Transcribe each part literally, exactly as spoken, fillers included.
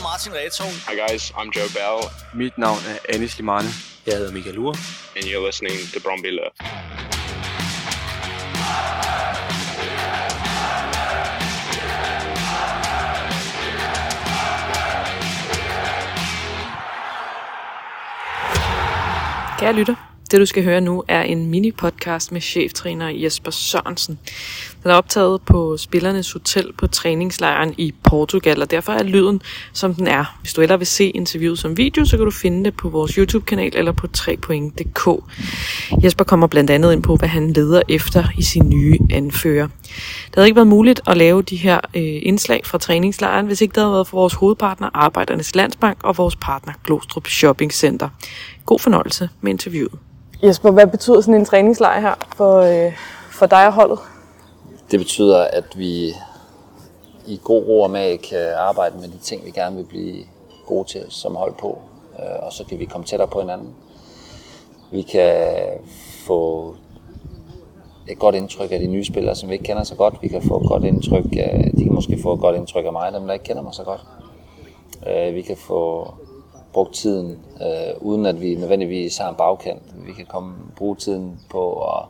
hedder Martin Retov. Hi guys, I'm Joe Bell. Mit navn er Anis Limane. Jeg hedder Michael Ure. And you're listening to Brøndby Live. Kære lytter, det du skal høre nu er en mini-podcast med cheftræner Jesper Sørensen. Den er optaget på Spillernes Hotel på træningslejren i Portugal, og derfor er lyden, som den er. Hvis du ellers vil se interviewet som video, så kan du finde det på vores YouTube-kanal eller på tre point punktum d k. Jesper kommer blandt andet ind på, hvad han leder efter i sin nye anfører. Det havde ikke været muligt at lave de her øh, indslag fra træningslejren, hvis ikke det havde været for vores hovedpartner Arbejdernes Landsbank og vores partner Glostrup Shopping Center. God fornøjelse med interviewet. Jesper, hvad betyder sådan en træningslejr her for, øh, for dig og holdet? Det betyder, at vi i god ro og mag kan arbejde med de ting, vi gerne vil blive gode til som hold på. Og så kan vi komme tættere på hinanden. Vi kan få et godt indtryk af de nye spillere, som vi ikke kender så godt. Vi kan få et godt indtryk af, de kan måske få et godt indtryk af mig, dem der ikke kender mig så godt. Vi kan få brugt tiden, uden at vi nødvendigvis har en bagkant. Vi kan komme, bruge tiden på at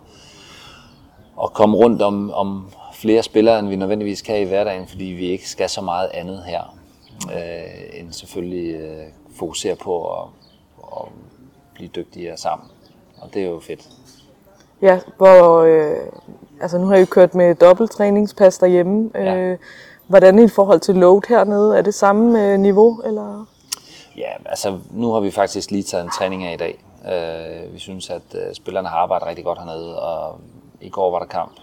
og komme rundt om, om flere spillere, end vi nødvendigvis kan i hverdagen, fordi vi ikke skal så meget andet her, øh, end selvfølgelig øh, fokusere på at, at blive dygtigere sammen. Og det er jo fedt. Ja, hvor, øh, altså nu har I jo kørt med dobbelttræningspas derhjemme. Ja. Øh, hvordan i forhold til load hernede? Er det samme øh, niveau? Eller? Ja, altså nu har vi faktisk lige taget en træning af i dag. Øh, vi synes, at øh, spillerne har arbejdet rigtig godt hernede, og i går var der kamp,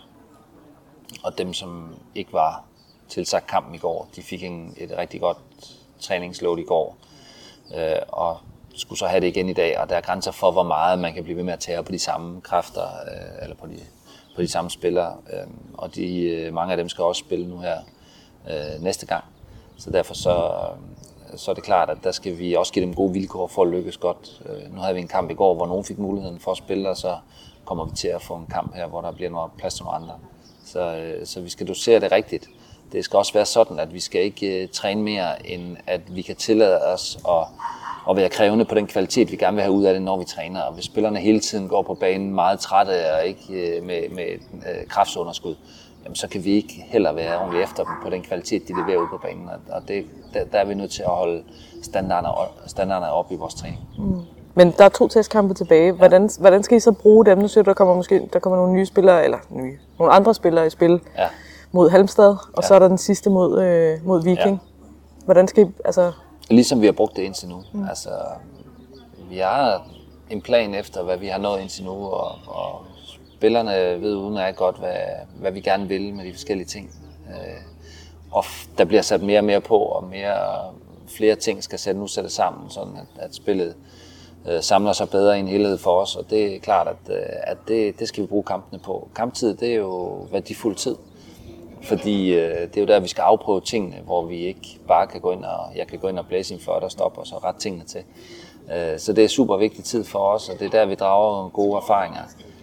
og dem, som ikke var tilsagt kampen i går, de fik en, et rigtig godt træningsload i går, øh, og skulle så have det igen i dag, og der er grænser for, hvor meget man kan blive ved med at tære på de samme kræfter, øh, eller på de, på de samme spillere, øh, og de, øh, mange af dem skal også spille nu her øh, næste gang, så derfor så, øh, så er det klart, at der skal vi også give dem gode vilkår for at lykkes godt. Øh, nu havde vi en kamp i går, hvor nogen fik muligheden for at spille, og så kommer vi til at få en kamp her, hvor der bliver noget plads til nogle andre. Så, så vi skal dosere det rigtigt. Det skal også være sådan, at vi skal ikke uh, træne mere, end at vi kan tillade os at, at være krævende på den kvalitet, vi gerne vil have ud af det, når vi træner. Og hvis spillerne hele tiden går på banen meget trætte og ikke uh, med, med uh, kraftsunderskud, jamen, så kan vi ikke heller være ordentligt efter dem på den kvalitet, de leverer ud på banen. Og det, der, der er vi nødt til at holde standarderne, standarderne op i vores træning. Mm. Men der er to testkampe tilbage. Hvordan, ja. hvordan skal I så bruge dem? Nu siger du, der kommer måske der kommer nogle nye spillere, eller nye, nogle andre spillere i spil ja. mod Halmstad, og ja. så er der den sidste mod, øh, mod Viking. Ja. Hvordan skal I, altså... Ligesom vi har brugt det indtil nu. Mm. Altså, vi har en plan efter, hvad vi har nået indtil nu, og, og spillerne ved udmærket godt, hvad, hvad vi gerne vil med de forskellige ting. Øh, og der bliver sat mere og mere på, og mere, flere ting skal sætte, nu sætte sammen, sådan at, at spillet samler sig bedre i en helhed for os, og det er klart, at, at det, det skal vi bruge kampene på. Kamptid, det er jo værdifuld tid, fordi det er jo der, vi skal afprøve tingene, hvor vi ikke bare kan gå ind og, jeg kan gå ind og blæse en fyrre, der stopper, og så ret tingene til. Så det er super vigtig tid for os, og det er der, vi drager gode erfaringer,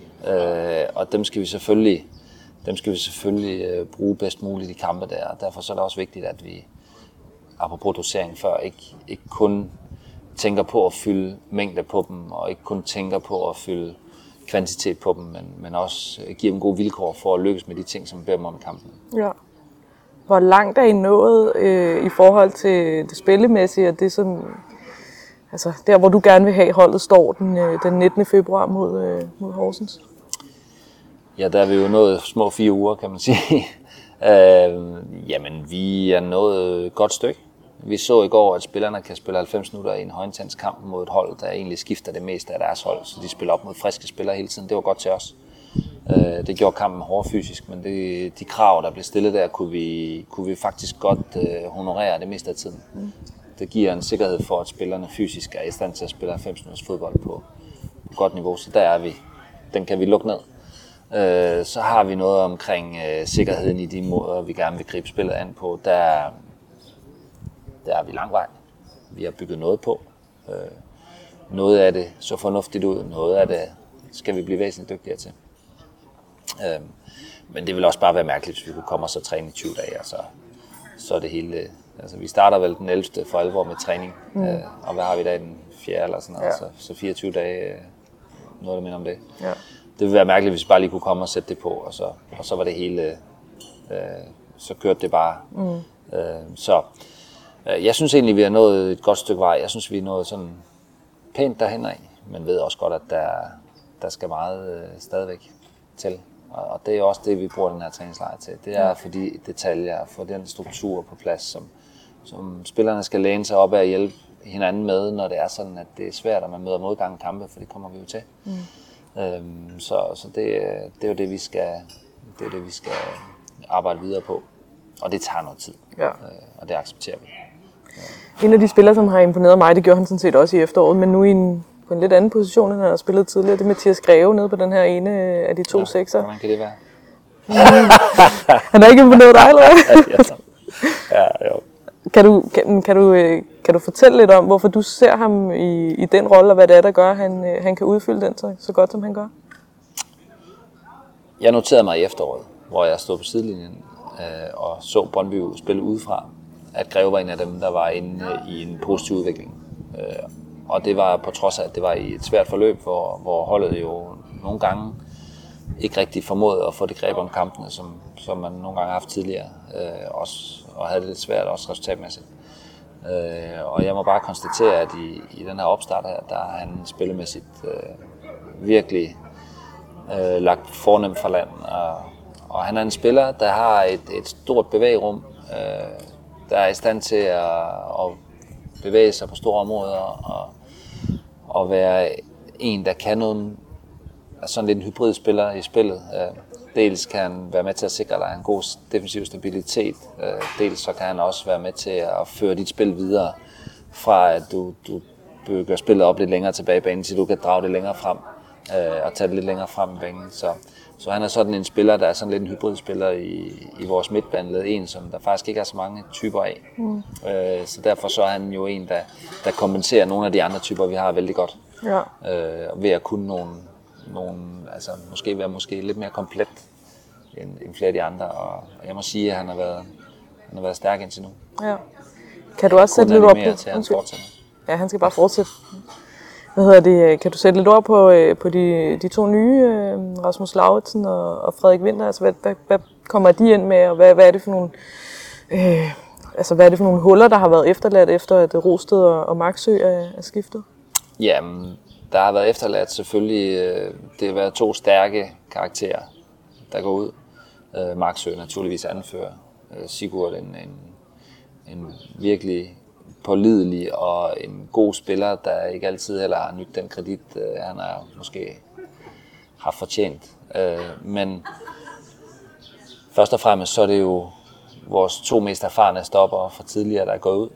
og dem skal vi selvfølgelig, dem skal vi selvfølgelig bruge bedst muligt i kampe der, og derfor så er det også vigtigt, at vi, apropos dosering før, ikke, ikke kun tænker på at fylde mængde på dem, og ikke kun tænker på at fylde kvantitet på dem, men, men også give dem gode vilkår for at lykkes med de ting, som vi beder dem om i kampen. Ja. Hvor langt er I nået øh, i forhold til det spillemæssige, og det som, altså der, hvor du gerne vil have holdet står den, øh, den nittende februar mod, øh, mod Horsens? Ja, der er vi jo nået små fire uger, kan man sige. øh, jamen, vi er nået et godt stykke. Vi så i går, at spillerne kan spille halvfems minutter i en højintenskamp mod et hold, der egentlig skifter det meste af deres hold, så de spiller op mod friske spillere hele tiden. Det var godt til os. Det gjorde kampen hård fysisk, men det, de krav, der blev stillet der, kunne vi, kunne vi faktisk godt honorere det meste af tiden. Det giver en sikkerhed for, at spillerne fysisk er i stand til at spille halvfems minutters fodbold på, på godt niveau, så der er vi. Den kan vi lukke ned. Så har vi noget omkring sikkerheden i de måder, vi gerne vil gribe spillet an på. Der Der er vi lang vej. Vi har bygget noget på. Noget af det så fornuftigt ud, noget af det skal vi blive væsentligt dygtigere til. Men det vil også bare være mærkeligt, hvis vi kunne komme og så træne i tyve dage, og så, så er det hele Altså, vi starter vel den ellevte for alvor med træning, mm. øh, og hvad har vi i dag, den fjerde eller sådan noget, ja. så, så fireogtyve dage, øh, noget der minder om det. Ja. Det ville være mærkeligt, hvis vi bare lige kunne komme og sætte det på, og så, og så var det hele, øh, så kørte det bare. Mm. Øh, så øh, jeg synes egentlig, vi har nået et godt stykke vej. Jeg synes, vi er nået sådan pænt derhen af, men ved også godt, at der, der skal meget øh, stadigvæk til. Og det er også det, vi bruger den her træningslejr til. Det er for de detaljer, for den struktur på plads, som, som spillerne skal læne sig op af at hjælpe hinanden med, når det er sådan, at det er svært, at man møder modgang i kampe, for det kommer vi jo til. Mm. Øhm, så så det, det er jo det, vi skal, det er det, vi skal arbejde videre på. Og det tager noget tid, ja. øh, og det accepterer vi. Ja. En af de spillere, som har imponeret mig, det gjorde han sådan set også i efteråråret, men nu i en på en lidt anden position, end han har spillet tidligere. Det er Mathias Greve nede på den her ene af de to ja, sekser. Hvordan kan det være? Han har ikke imponeret dig, eller hvad? Ja, jo. Kan du, kan, kan, du, kan du fortælle lidt om, hvorfor du ser ham i, i den rolle, og hvad det er, der gør, at han, han kan udfylde den så, så godt, som han gør? Jeg noterede mig i efteråret, hvor jeg stod på sidelinjen øh, og så Brøndby spille udefra, at Greve var en af dem, der var inde i en positiv udvikling. Øh, Og det var på trods af, at det var i et svært forløb, hvor, hvor holdet jo nogle gange ikke rigtig formåede at få det greb om kampene, som, som man nogle gange har haft tidligere, øh, også, og havde det lidt svært også resultatmæssigt. Øh, og jeg må bare konstatere, at i, i den her opstart her, der har han spillemæssigt øh, virkelig øh, lagt fornemt for land. Og, og han er en spiller, der har et, et stort bevægerum, øh, der er i stand til at, at bevæge sig på store områder og, og være en, der kan noget, sådan lidt en hybridspiller i spillet. Dels kan han være med til at sikre dig en god defensiv stabilitet, dels så kan han også være med til at føre dit spil videre fra, at du, du bygger spillet op lidt længere tilbage i banen, til du kan drage det længere frem og tage det lidt længere frem i banen. Så, så han er sådan en spiller, der er sådan lidt en hybridspiller i, i vores midtbaneled, en som der faktisk ikke er så mange typer af. Mm. Øh, så derfor så er han jo en, der, der kompenserer nogle af de andre typer, vi har vældig godt. Ja. Øh, ved at kunne nogle, nogle, altså måske være måske lidt mere komplet end, end flere af de andre. Og, og jeg må sige, at han har været, han har været stærk indtil nu. Ja. Kan du også sætte lidt op på? Til, han fortsætter. Ja, han skal bare fortsætte. Hvad hedder det? Kan du sætte lidt ord på, på de, de to nye, Rasmus Lauritsen og, og Frederik Winther? Altså, hvad, hvad, hvad kommer de ind med, og hvad, hvad er det for nogle, øh, altså, hvad er det for nogle huller, der har været efterladt efter, at Rosted og, og Maxø er, er skiftet? Jamen, der har været efterladt selvfølgelig, øh, det har været to stærke karakterer, der går ud. Øh, Maxø naturligvis anfører. Øh, Sigurd en, en, en virkelig pålidelig og en god spiller, der ikke altid heller har nydt den kredit, øh, han har måske haft fortjent. Øh, men først og fremmest så er det jo vores to mest erfarne stopper fra tidligere, der er gået ud.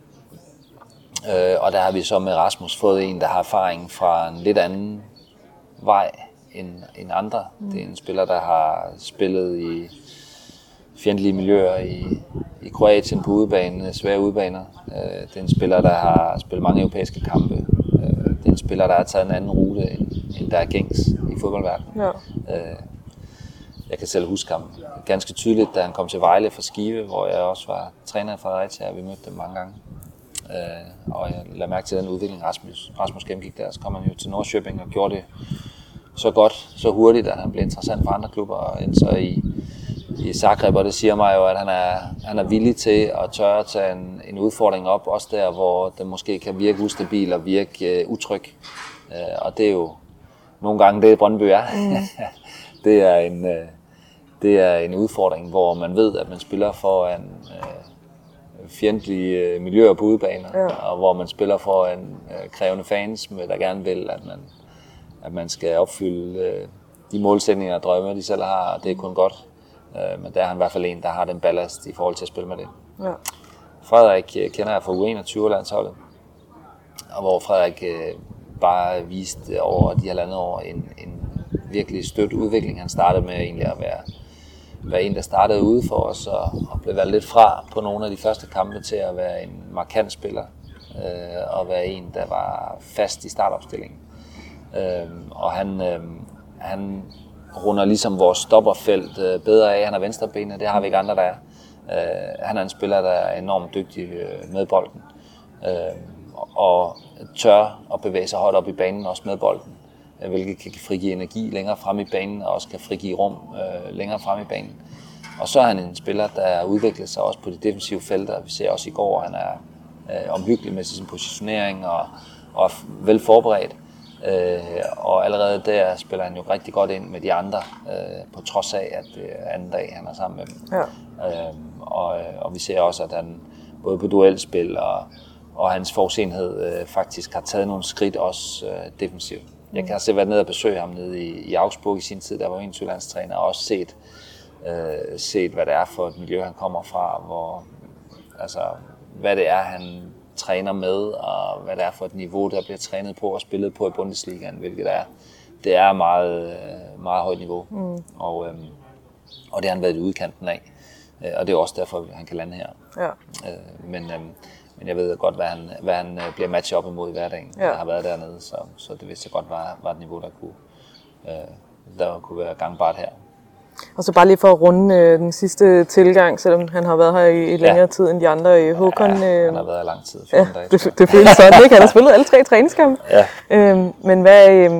Øh, og der har vi så med Rasmus fået en, der har erfaring fra en lidt anden vej end, end andre. Mm. Det er en spiller, der har spillet i fjendtlige miljøer i, i Kroatien på udebane, svære udebaner. Øh, det er en spiller, der har spillet mange europæiske kampe. Øh, det er en spiller, der har taget en anden rute, end, end der er gængs i fodboldverdenen. Ja. Øh, jeg kan selv huske ham ganske tydeligt, da han kom til Vejle fra Skive, hvor jeg også var træner i Fredericia, og vi mødte dem mange gange. Øh, og jeg lader mærke til den udvikling, Rasmus, Rasmus gennemgik der. Så kom han jo til Norrköping og gjorde det så godt, så hurtigt, at han blev interessant for andre klubber, og endte så i i Zagreb, og det siger mig jo, at han er, han er villig til at tørre at tage en, en udfordring op, også der, hvor den måske kan virke ustabil og virke uh, utryg. Uh, og det er jo nogle gange det, Brøndby er. Mm. det, er en, uh, det er en udfordring, hvor man ved, at man spiller foran uh, fjendtlige uh, miljøer på udebaner, ja. Og hvor man spiller foran uh, krævende fans, der gerne vil, at man, at man skal opfylde uh, de målsætninger og drømme, de selv har, og det er kun godt. Men der er han i hvert fald en, der har den ballast i forhold til at spille med det. Ja. Frederik kender jeg fra U enogtyve-landsholdet, og hvor Frederik bare viste over de halvandet år en, en virkelig støt udvikling. Han startede med egentlig at være, være en, der startede ude for os, og, og blev valgt lidt fra på nogle af de første kampe til at være en markant spiller, øh, og være en, der var fast i startopstillingen. Øh, og han, øh, han runder ligesom vores stopperfelt bedre af. Han er venstrebenet, det har vi ikke andre, der er. Øh, han er en spiller, der er enormt dygtig øh, med bolden, øh, og tør at bevæge sig højt op i banen, også med bolden, øh, hvilket kan frigive energi længere frem i banen, og også kan frigive rum øh, længere frem i banen. Og så er han en spiller, der udvikler sig også på de defensive felter. Vi ser også i går, at han er øh, omhyggelig med sin positionering og, og er vel forberedt. Øh, og allerede der spiller han jo rigtig godt ind med de andre, øh, på trods af, at det er anden dag, han er sammen med dem. Ja. Øh, og, og vi ser også, at han både på duelspil og, og hans forudsenhed øh, faktisk har taget nogle skridt også øh, defensivt. Jeg kan også været nede og besøge ham nede i, i Augsburg i sin tid, der var enogtyve-landstræner, og også set, øh, set, hvad det er for et miljø, han kommer fra, hvor, altså, hvad det er, han træner med, og hvad det er for et niveau, der bliver trænet på og spillet på i Bundesligaen, hvilket er. Det er meget, meget højt niveau, mm. og, øhm, og det har han været i udkanten af, og det er også derfor, han kan lande her. Ja. Øh, men, øhm, men jeg ved godt, hvad han, hvad han bliver matchet op imod i hverdagen. Ja. Jeg har været dernede, så, så det vidste jeg godt var, var et niveau, der kunne, øh, der kunne være gangbart her. Og så bare lige for at runde øh, den sidste tilgang, selvom han har været her i, i længere ja. tid end de andre. Øh, Håkon, øh, ja, han har været i lang tid. Ja, dage, det, det føles sådan, ikke? Han har spillet alle tre træningskampe. Ja. Øhm, men hvad, øh,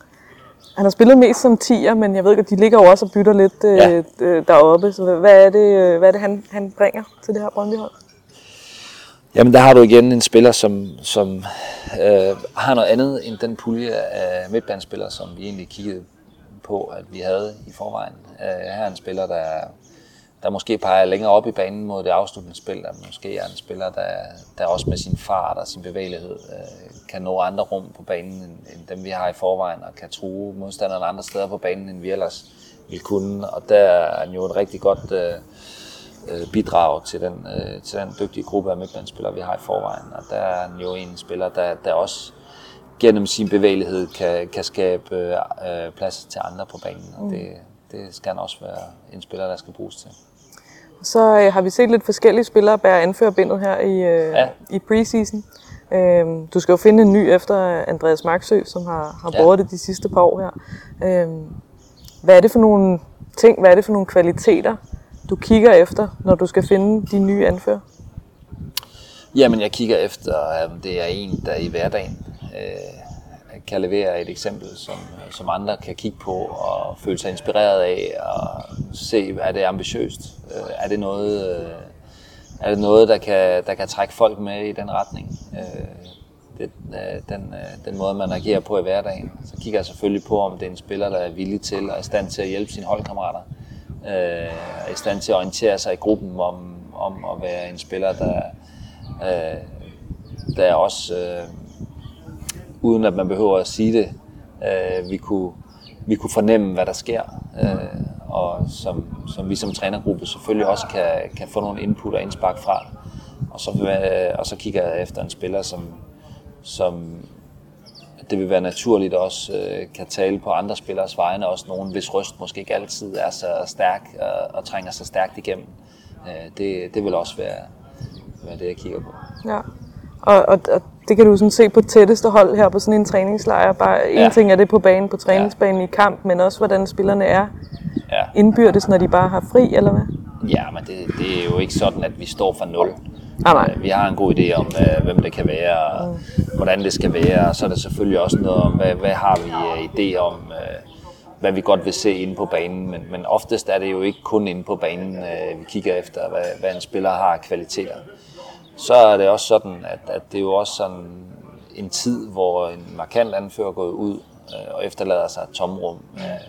han har spillet mest som tier, men jeg ved ikke, at de ligger jo også og bytter lidt øh, ja. øh, deroppe. Så hvad er det, hvad er det han, han bringer til det her Brøndby-hold? Jamen, der har du igen en spiller, som, som øh, har noget andet end den pulje af midtbanespillere, som vi egentlig kiggede på, at vi havde i forvejen. Uh, her er en spiller, der, der måske peger længere op i banen mod det afsluttende spil, der måske er en spiller, der, der også med sin fart og sin bevægelighed uh, kan nå andre rum på banen, end, end dem vi har i forvejen, og kan true modstanderne andre steder på banen, end vi ellers ville kunne. Og der er han jo et rigtig godt uh, bidrag til den, uh, til den dygtige gruppe af midtbanespillere, vi har i forvejen. Og der er han jo en spiller, der, der også gennem sin bevægelighed kan, kan skabe øh, plads til andre på banen, og det, det skal også være en spiller, der skal bruges til. Så øh, har vi set lidt forskellige spillere bære anførerbindet her i, øh, ja. i preseason. Øh, du skal jo finde en ny efter Andreas Marksø, som har, har båret ja. det de sidste par år her. Øh, hvad er det for nogle ting, hvad er det for nogle kvaliteter, du kigger efter, når du skal finde de nye anfører? Jamen, jeg kigger efter, at det er en, der i hverdagen øh, kan levere et eksempel, som, som andre kan kigge på og føle sig inspireret af og se, er det ambitiøst? Øh, er det noget, øh, er det noget der, kan, der kan trække folk med i den retning? Øh, det, øh, den, øh, den måde, man agerer på i hverdagen. Så kigger jeg selvfølgelig på, om det er en spiller, der er villig til og er i stand til at hjælpe sine holdkammerater. Øh, er i stand til at orientere sig i gruppen om, om at være en spiller, der Øh, der er også, øh, uden at man behøver at sige det, øh, vi, kunne, vi kunne fornemme, hvad der sker, øh, og som, som vi som trænergruppe selvfølgelig også kan, kan få nogle input og indspark fra. Og så, øh, og så kigger jeg efter en spiller, som, som det vil være naturligt også øh, kan tale på andre spillers vegne, også nogen, hvis røst måske ikke altid er så stærk og, og trænger så stærkt igennem. Øh, det, det vil også være hvad det jeg kigger på. Ja, og, og, og det kan du sådan se på tætteste hold her på sådan en træningslejr. Bare en ja. ting er det på banen, på træningsbanen ja. i kamp, men også hvordan spillerne er ja. indbyrdes, når de bare har fri, eller hvad? Ja, men det, det er jo ikke sådan, at vi står fra nul. Ah, nej. Vi har en god idé om, hvem det kan være, og mm. hvordan det skal være, og så er der selvfølgelig også noget om, hvad, hvad har vi idé om, hvad vi godt vil se inde på banen, men, men oftest er det jo ikke kun inde på banen, vi kigger efter, hvad, hvad en spiller har af kvaliteter. Så er det også sådan, at, at det er jo også sådan en tid, hvor en markant anfører er gået ud øh, og efterlader sig et tomrum af,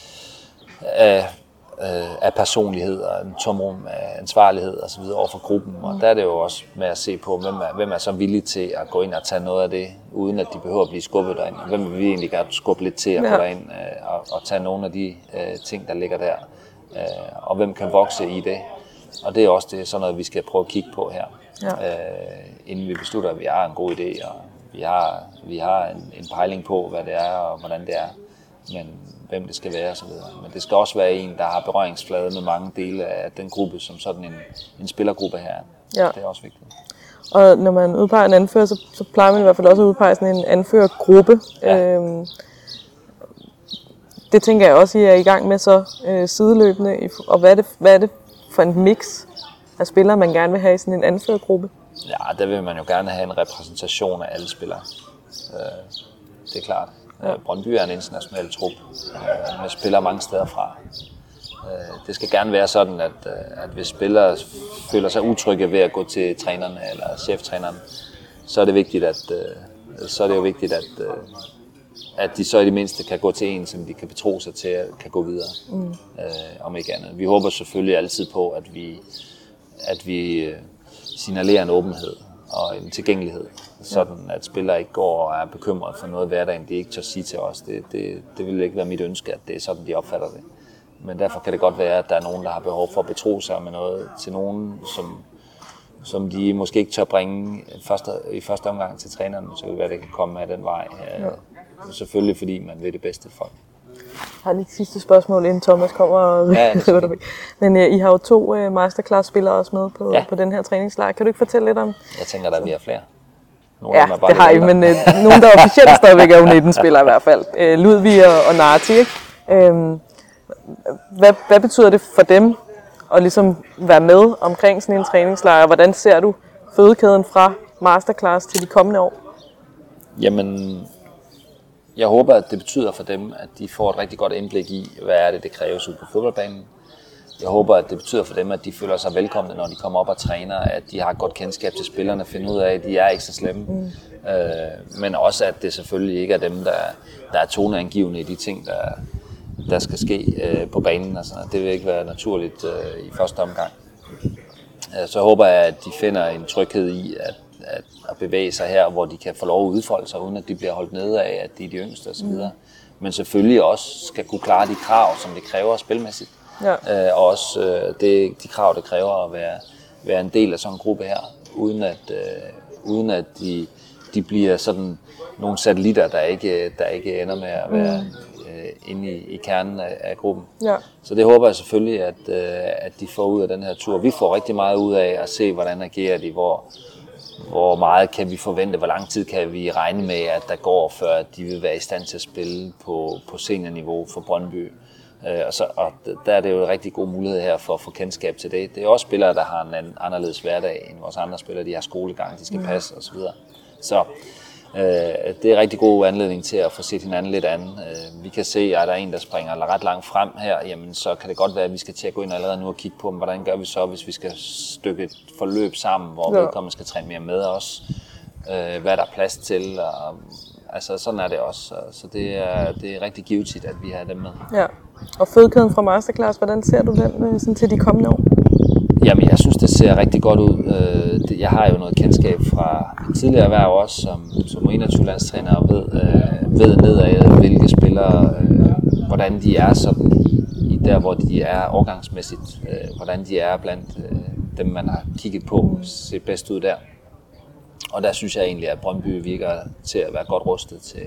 af, af personlighed og en tomrum af ansvarlighed og så videre over for gruppen. Og der er det jo også med at se på, hvem er, hvem er så villig til at gå ind og tage noget af det, uden at de behøver at blive skubbet derind. Og hvem vil vi egentlig gerne skubbe lidt til at gå derind øh, og, og tage nogle af de øh, ting, der ligger der. Øh, og hvem kan vokse i det. Og det er også det, sådan noget, vi skal prøve at kigge på her. Ja. Øh, inden vi beslutter, at vi har en god idé, og vi har, vi har en, en pejling på, hvad det er og hvordan det er, men hvem det skal være og så videre. Men det skal også være en, der har berøringsflade med mange dele af den gruppe, som sådan en, en spillergruppe her. Ja. Det er også vigtigt. Og når man udpeger en anfører, så, så plejer man i hvert fald også at udpege sådan en anførergruppe. Ja. Øhm, det tænker jeg også, I er i gang med så øh, sideløbende. Og hvad er det, hvad er det for en mix, af spillere, man gerne vil have i sådan en anførergruppe? Ja, der vil man jo gerne have en repræsentation af alle spillere. Øh, det er klart. Ja. Brøndby er en international trup øh, med spillere mange steder fra. Øh, det skal gerne være sådan, at, at hvis spillere føler sig utrygge ved at gå til trænerne eller cheftræneren, så er det vigtigt, at øh, så er det jo vigtigt, at, øh, at de så i det mindste kan gå til en, som de kan betro sig til at kan gå videre, mm. øh, om ikke andet. Vi håber selvfølgelig altid på, at vi, at vi øh, signalerer en åbenhed og en tilgængelighed, sådan at spillere ikke går og er bekymret for noget i hverdagen, de ikke tør sige til os. Det, det, det vil ikke være mit ønske, at det er sådan, de opfatter det. Men derfor kan det godt være, at der er nogen, der har behov for at betro sig med noget til nogen, som, som de måske ikke tør bringe første, i første omgang til træneren, så vil det være, det kan komme af den vej. Ja. Selvfølgelig fordi man vil det bedste for. Jeg har lige et sidste spørgsmål, inden Thomas kommer og ja, Men uh, I har jo to uh, masterclass-spillere også med på, ja. på den her træningslejr. Kan du ikke fortælle lidt om? Jeg tænker, der bliver flere. Nogle ja, det har I, men uh, nogen, der officielt stadigvæk er U nitten-spillere i hvert fald. Uh, Ludvig og, og Narti, ikke? Uh, hvad, hvad betyder det for dem at ligesom være med omkring sådan en træningslejr? Hvordan ser du fødekæden fra masterclass til de kommende år? Jamen, jeg håber, at det betyder for dem, at de får et rigtig godt indblik i, hvad er det, det kræves ude på fodboldbanen. Jeg håber, at det betyder for dem, at de føler sig velkomne, når de kommer op og træner, at de har et godt kendskab til spillerne, finder ud af, at de er ikke så slemme. Mm. Øh, men også, at det selvfølgelig ikke er dem, der, der er toneangivende i de ting, der, der skal ske øh, på banen. Og sådan. Det vil ikke være naturligt øh, i første omgang. Øh, så håber jeg, at de finder en tryghed i, at At, at bevæge sig her, hvor de kan få lov at udfolde sig, uden at de bliver holdt nede af, at de er de yngste osv. Mm. Men selvfølgelig også skal kunne klare de krav, som det kræver spilmæssigt. Ja. Øh, og også øh, det, de krav, det kræver at være, være en del af sådan en gruppe her, uden at, øh, uden at de, de bliver sådan nogle satellitter, der ikke, der ikke ender med at være mm. øh, inde i, i kernen af, af gruppen. Ja. Så det håber jeg selvfølgelig, at, øh, at de får ud af den her tur. Vi får rigtig meget ud af at se, hvordan agerer de, hvor Hvor meget kan vi forvente, hvor lang tid kan vi regne med, at der går, før de vil være i stand til at spille på, på seniorniveau for Brøndby. Øh, og, så, og der er det jo en rigtig god mulighed her for at få kendskab til det. Det er også spillere, der har en anderledes hverdag end vores andre spillere. De har skolegang, de skal passe osv. Så øh, det er en rigtig god anledning til at få set hinanden lidt an. Øh, vi kan se, at der er en, der springer ret langt frem her, jamen så kan det godt være, at vi skal til at gå ind allerede nu og kigge på, hvordan gør vi så, hvis vi skal stykke et forløb sammen, hvor ja. vedkommende skal træne mere med os, øh, hvad der er plads til, og altså sådan er det også. Så det er, det er rigtig givetigt, at vi har dem med. Ja. Og fødekæden fra Masterclass, hvordan ser du den sådan til de kommende år? Jamen, jeg synes, det ser rigtig godt ud. Jeg har jo noget kendskab fra mit tidligere erhverv også, som, som U enogtyve-landstræner, og ved, ved nedad, hvilke spillere, hvordan de er sådan i der, hvor de er årgangsmæssigt, hvordan de er blandt dem, man har kigget på, ser bedst ud der. Og der synes jeg egentlig, at Brøndby virker til at være godt rustet til,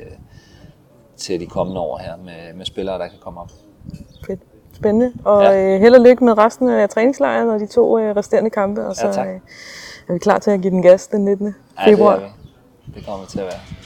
til de kommende år her, med, med spillere, der kan komme op. Fedt. Spændende, og ja. øh, held og lykke med resten af træningslejren og de to øh, resterende kampe, og så ja, øh, er vi klar til at give den gas den nittende februar. Ja, det er vi. Det kommer til at være.